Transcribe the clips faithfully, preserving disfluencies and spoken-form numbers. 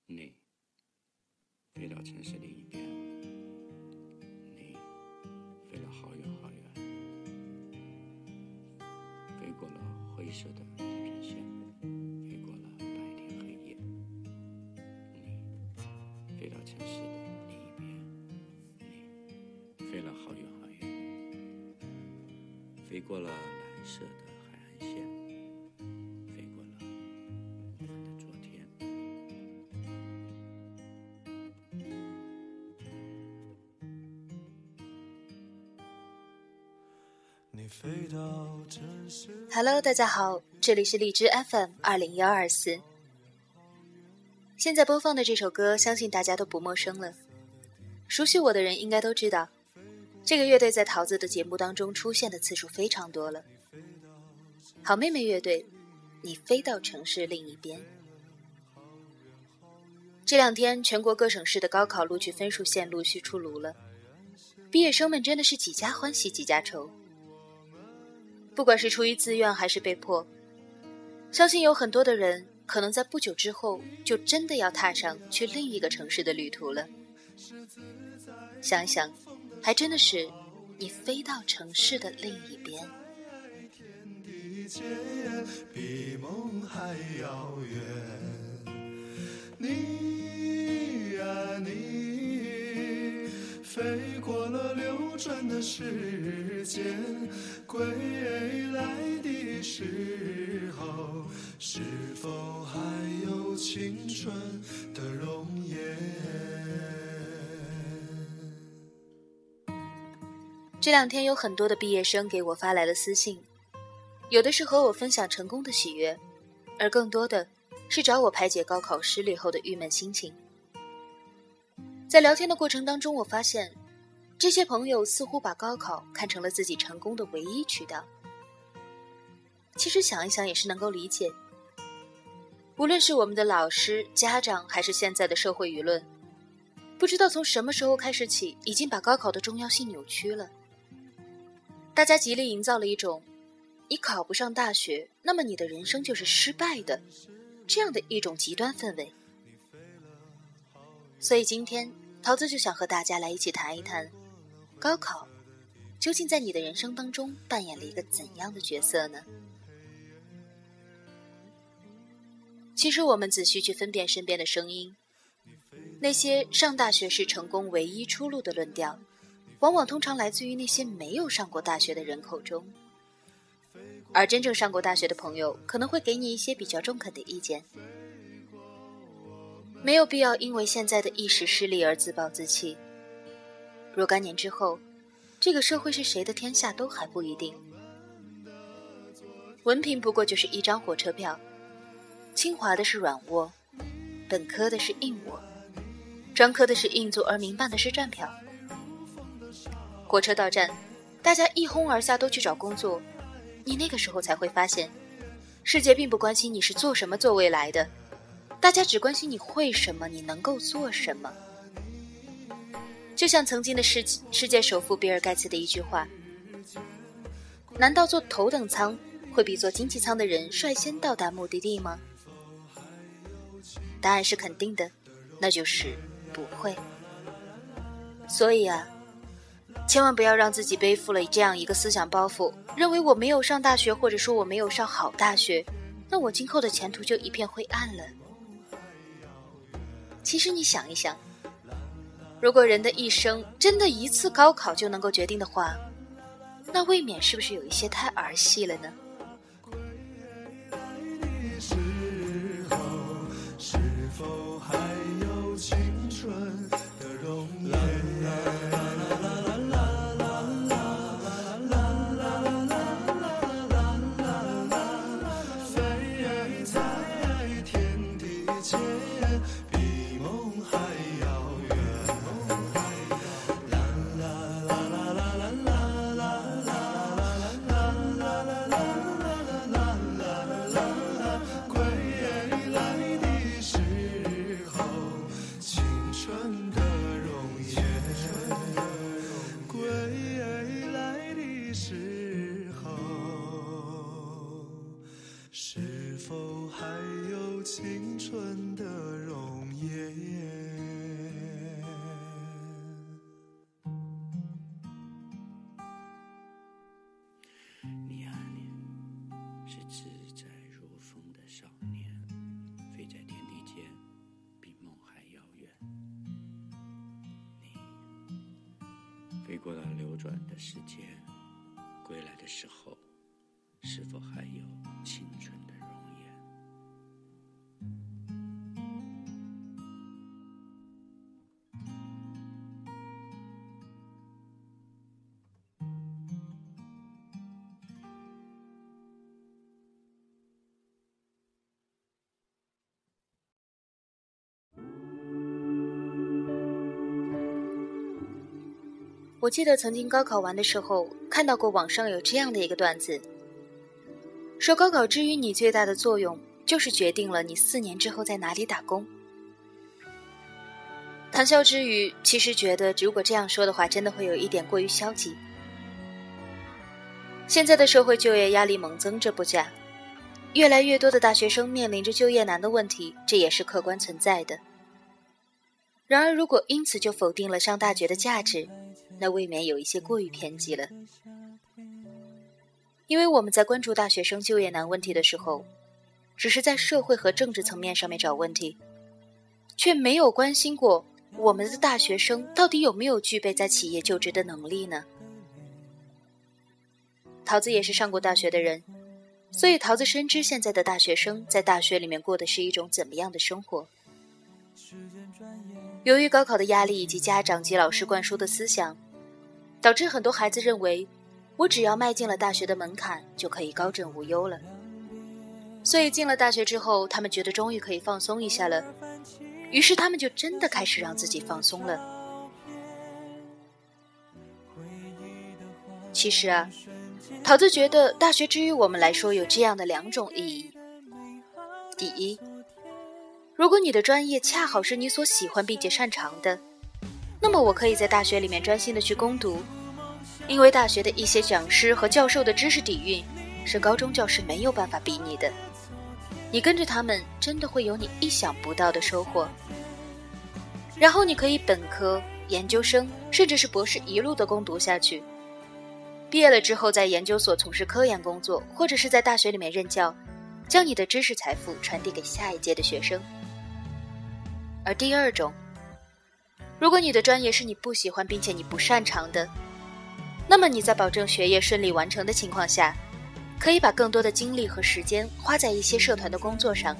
你飞到城市另一边，你飞了好远好远，飞过了灰色的地平线，飞过了白天黑夜。你飞到城市的另一边，你飞了好远好远，飞过了蓝色的海岸线，飞过了我们的昨天。 Hello， 大家好，这里是荔枝 F M 二零一二四。现在播放的这首歌，相信大家都不陌生了。熟悉我的人应该都知道，这个乐队在桃子的节目当中出现的次数非常多了。好妹妹乐队，你飞到城市另一边。这两天，全国各省市的高考录取分数线陆续出炉了，毕业生们真的是几家欢喜几家愁。不管是出于自愿还是被迫，相信有很多的人可能在不久之后就真的要踏上去另一个城市的旅途了。想一想，还真的是你飞到城市的另一边。 比梦还遥远，你呀你飞过了流转的时间，归来的时候，是否还有青春的容颜？ 这两天有很多的毕业生给我发来了私信，有的是和我分享成功的喜悦，而更多的是找我排解高考失利后的郁闷心情。在聊天的过程当中，我发现这些朋友似乎把高考看成了自己成功的唯一渠道。其实想一想也是能够理解，无论是我们的老师、家长，还是现在的社会舆论，不知道从什么时候开始起，已经把高考的重要性扭曲了。大家极力营造了一种你考不上大学，那么你的人生就是失败的，这样的一种极端氛围。所以今天桃子就想和大家来一起谈一谈，高考究竟在你的人生当中扮演了一个怎样的角色呢？其实我们仔细去分辨身边的声音，那些上大学是成功唯一出路的论调，往往通常来自于那些没有上过大学的人口中。而真正上过大学的朋友可能会给你一些比较中肯的意见。没有必要因为现在的一时失利而自暴自弃，若干年之后，这个社会是谁的天下都还不一定。文凭不过就是一张火车票，清华的是软卧，本科的是硬卧，专科的是硬座，而民办的是站票。火车到站，大家一哄而下都去找工作，你那个时候才会发现，世界并不关心你是做什么做未来的，大家只关心你会什么，你能够做什么。就像曾经的世世界首富比尔盖茨的一句话，难道坐头等舱会比坐经济舱的人率先到达目的地吗？答案是肯定的，那就是不会。所以啊，千万不要让自己背负了这样一个思想包袱，认为我没有上大学，或者说我没有上好大学，那我今后的前途就一片灰暗了。其实你想一想，如果人的一生真的一次高考就能够决定的话，那未免是不是有一些太儿戏了呢？ 是否还有青春的容颜？飞在天地间，比梦还遥远。啦啦啦啦啦啦啦啦啦啦啦啦，归来的时候，青春的容颜。归来的时候，是否还有青春的容颜？ 过了流转的时间，归来的时候，是否还有青春的容颜？ 我记得曾经高考完的时候，看到过网上有这样的一个段子，说高考之于你最大的作用，就是决定了你四年之后在哪里打工。谈笑之余，其实觉得如果这样说的话，真的会有一点过于消极。现在的社会就业压力猛增这不假，越来越多的大学生面临着就业难的问题，这也是客观存在的。然而如果因此就否定了上大学的价值，那未免有一些过于偏激了。因为我们在关注大学生就业难问题的时候，只是在社会和政治层面上面找问题，却没有关心过我们的大学生到底有没有具备在企业就职的能力呢？桃子也是上过大学的人，所以桃子深知现在的大学生在大学里面过的是一种怎么样的生活。由于高考的压力以及家长及老师灌输的思想，导致很多孩子认为我只要迈进了大学的门槛就可以高枕无忧了。所以进了大学之后，他们觉得终于可以放松一下了，于是他们就真的开始让自己放松了。其实啊，桃子觉得大学之于我们来说有这样的两种意义。第一，如果你的专业恰好是你所喜欢并且擅长的，那么我可以在大学里面专心的去攻读，因为大学的一些讲师和教授的知识底蕴是高中教师没有办法比拟的，你跟着他们真的会有你意想不到的收获。然后你可以本科、研究生甚至是博士一路的攻读下去，毕业了之后在研究所从事科研工作，或者是在大学里面任教，将你的知识财富传递给下一届的学生。而第二种，如果你的专业是你不喜欢并且你不擅长的，那么你在保证学业顺利完成的情况下，可以把更多的精力和时间花在一些社团的工作上。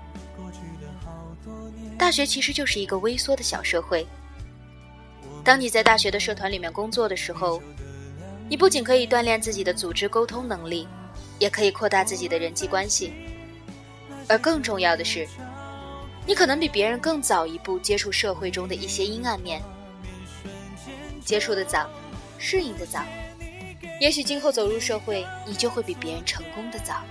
大学其实就是一个微缩的小社会，当你在大学的社团里面工作的时候，你不仅可以锻炼自己的组织沟通能力，也可以扩大自己的人际关系，而更重要的是，你可能比别人更早一步接触社会中的一些阴暗面，接触的早，适应的早，也许今后走入社会，你就会比别人成功的早。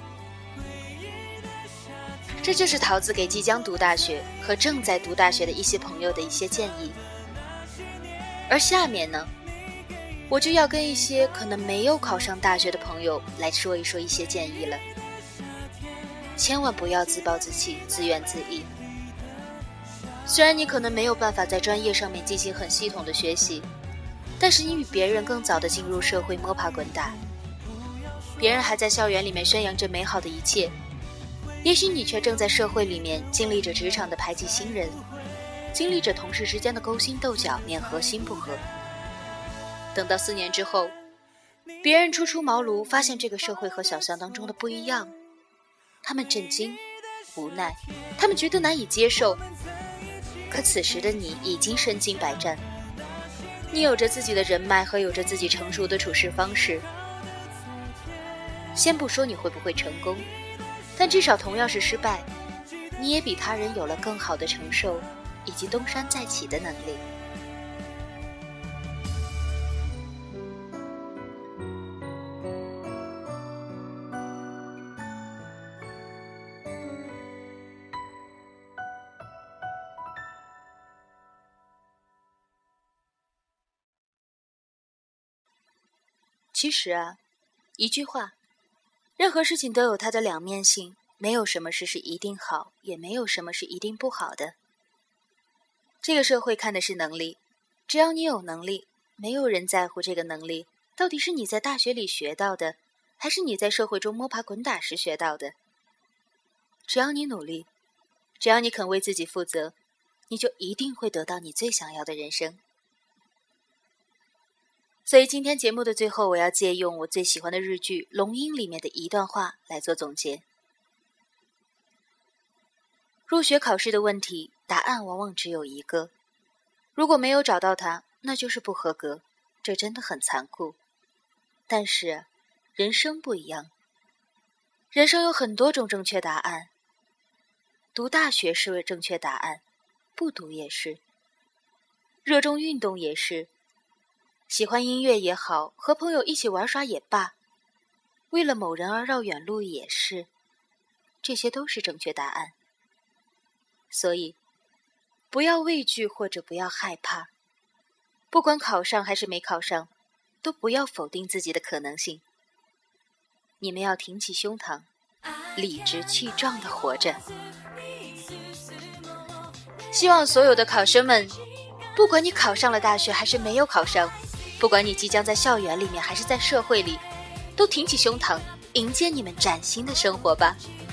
这就是桃子给即将读大学和正在读大学的一些朋友的一些建议。而下面呢，我就要跟一些可能没有考上大学的朋友来说一说一些建议了。千万不要自暴自弃、自怨自艾。虽然你可能没有办法在专业上面进行很系统的学习，但是你比别人更早的进入社会摸爬滚打，别人还在校园里面宣扬着美好的一切，也许你却正在社会里面经历着职场的排挤新人，经历着同事之间的勾心斗角，面和心不和。等到四年之后，别人初出茅庐，发现这个社会和想象当中的不一样，他们震惊、无奈，他们觉得难以接受。可此时的你已经身经百战，你有着自己的人脉和有着自己成熟的处事方式。先不说你会不会成功，但至少同样是失败，你也比他人有了更好的承受以及东山再起的能力。其实啊，一句话，任何事情都有它的两面性，没有什么事是一定好，也没有什么是一定不好的。这个社会看的是能力，只要你有能力，没有人在乎这个能力到底是你在大学里学到的，还是你在社会中摸爬滚打时学到的。只要你努力，只要你肯为自己负责，你就一定会得到你最想要的人生。 所以今天节目的最后，我要借用我最喜欢的日剧《龙樱》里面的一段话来做总结。入学考试的问题，答案往往只有一个，如果没有找到它，那就是不合格，这真的很残酷。但是人生不一样，人生有很多种正确答案，读大学是正确答案，不读也是，热衷运动也是，喜欢音乐也好，和朋友一起玩耍也罢，为了某人而绕远路也是，这些都是正确答案。所以不要畏惧或者不要害怕，不管考上还是没考上，都不要否定自己的可能性。你们要挺起胸膛，理直气壮地活着。希望所有的考生们，不管你考上了大学还是没有考上，不管你即将在校园里面还是在社会里，都挺起胸膛，迎接你们崭新的生活吧。